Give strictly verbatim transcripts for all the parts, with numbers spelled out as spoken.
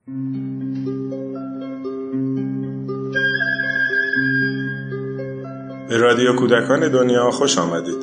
به رادیو کودکان دنیا خوش آمدید.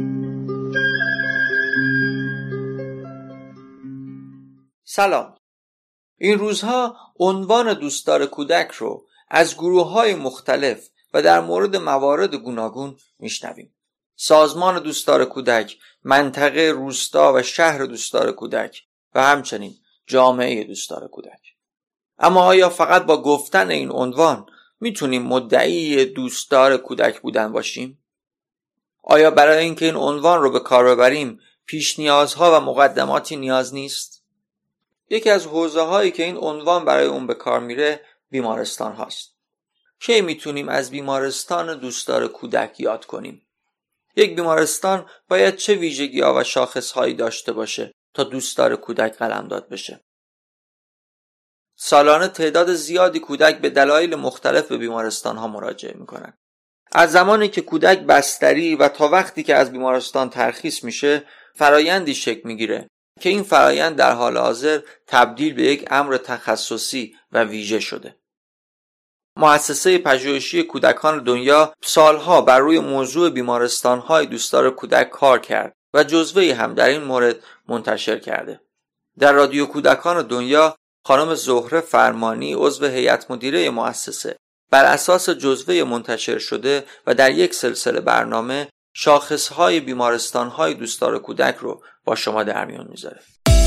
سلام. این روزها عنوان دوستدار کودک رو از گروه‌های مختلف و در مورد موارد گوناگون میشنویم. سازمان دوستدار کودک، منطقه، روستا و شهر دوستدار کودک و همچنین جامعه دوستدار کودک. اما آیا فقط با گفتن این عنوان میتونیم مدعی دوستدار کودک بودن باشیم؟ آیا برای اینکه این عنوان رو به کار ببریم پیش نیازها و مقدماتی نیاز نیست؟ یکی از حوزه هایی که این عنوان برای اون به کار میره بیمارستان هاست. کی میتونیم از بیمارستان دوستدار کودک یاد کنیم؟ یک بیمارستان باید چه ویژگی ها و شاخص هایی داشته باشه تا دوستدار کودک قلمداد بشه؟ سالانه تعداد زیادی کودک به دلایل مختلف به بیمارستان ها مراجعه میکنن. از زمانی که کودک بستری و تا وقتی که از بیمارستان ترخیص میشه فرایندی شکل میگیره که این فرایند در حال حاضر تبدیل به یک امر تخصصی و ویژه شده. مؤسسه پژوهشی کودکان دنیا سالها بر روی موضوع بیمارستان‌های دوستدار کودک کار کرد و جزوه‌ای هم در این مورد منتشر کرده. در رادیو کودکان دنیا خانم زهره فرمانی عضو هیئت مدیره مؤسسه بر اساس جزوه منتشر شده و در یک سلسله برنامه شاخص‌های بیمارستان‌های دوستدار کودک رو با شما در میون میذاره.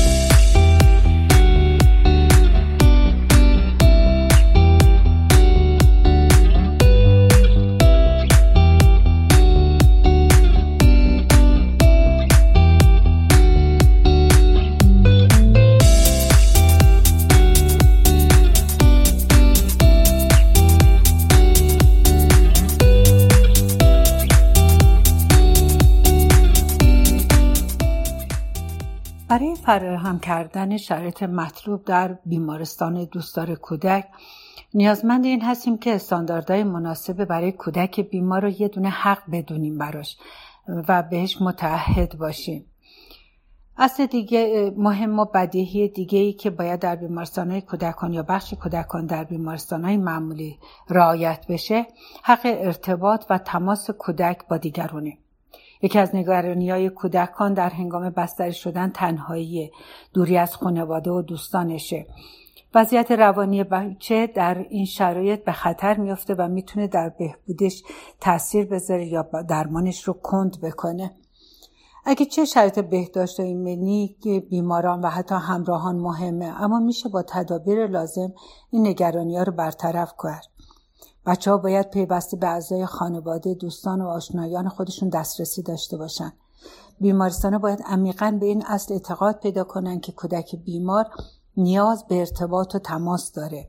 برای فراهم کردن شرایط مطلوب در بیمارستان دوستدار کودک نیازمند این هستیم که استانداردهای مناسب برای کودک بیمار رو یه دونه حق بدونیم براش و بهش متعهد باشیم. اصل دیگه مهم و بدیهی دیگه‌ای که باید در بیمارستان‌های کودکان یا بخش کودکان در بیمارستان‌های معمولی رعایت بشه حق ارتباط و تماس کودک با دیگرونه. یکی از نگرانی‌های کودکان در هنگام بستری شدن تنهایی، دوری از خانواده و دوستانشه. وضعیت روانی بچه در این شرایط به خطر میفته و میتونه در بهبودش تأثیر بذاره یا درمانش رو کند بکنه. اگه چه شرایط بهداشت و ایمنی بیماران و حتی همراهان مهمه، اما میشه با تدابیر لازم این نگرانی‌ها رو برطرف کرد. بچه ها باید پیوسته به اعضای خانواده، دوستان و آشنایان خودشون دسترسی داشته باشن. بیمارستان باید عمیقاً به این اصل اعتقاد پیدا کنن که کودک بیمار نیاز به ارتباط و تماس داره.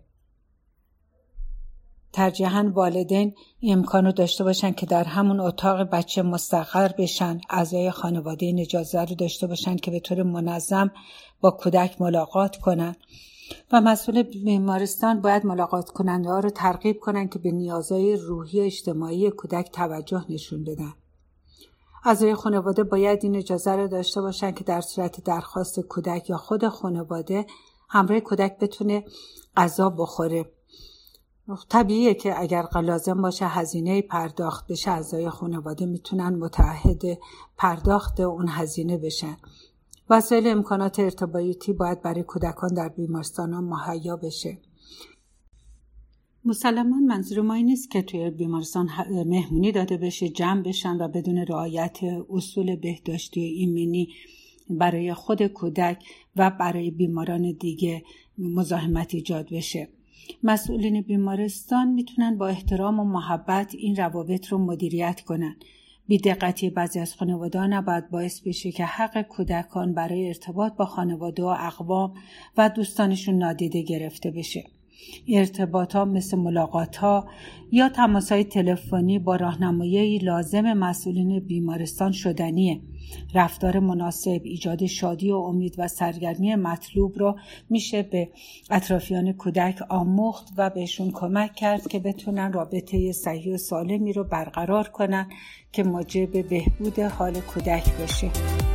ترجیحاً والدین این امکان رو داشته باشن که در همون اتاق بچه مستقر بشن، اعضای خانواده این اجازه رو داشته باشن که به طور منظم با کودک ملاقات کنن. و مسئول بیمارستان باید ملاقات کننده ها رو ترغیب کنن که به نیازهای روحی و اجتماعی کودک توجه نشون بدن. اعضای خانواده باید این اجازه رو داشته باشن که در صورت درخواست کودک یا خود خانواده همراه کودک بتونه غذا بخوره. طبیعیه که اگر لازم باشه هزینه پرداخت بشه، اعضای خانواده میتونن متعهد پرداخت اون هزینه بشن. وسایل امکانات ارتباطی باید برای کودکان در بیمارستان‌ها مهیا بشه. مسلماً منظور ما این نیست که توی بیمارستان مهمونی داده بشه، جمع بشن و بدون رعایت اصول بهداشتی و ایمنی برای خود کودک و برای بیماران دیگه مزاحمت ایجاد بشه. مسئولین بیمارستان میتونن با احترام و محبت این روابط رو مدیریت کنن. بی‌دقتی بعضی از خانواده‌ها نباید باعث بشه که حق کودکان برای ارتباط با خانواده و اقوام و دوستانشون نادیده گرفته بشه. ارتباطات مثل ملاقات‌ها یا تماس‌های تلفنی با راهنمایی لازم مسئولین بیمارستان شدنیه. رفتار مناسب، ایجاد شادی و امید و سرگرمی مطلوب رو میشه به اطرافیان کودک آموخت و بهشون کمک کرد که بتونن رابطه صحیح و سالمی رو برقرار کنن که موجب بهبود حال کودک بشه.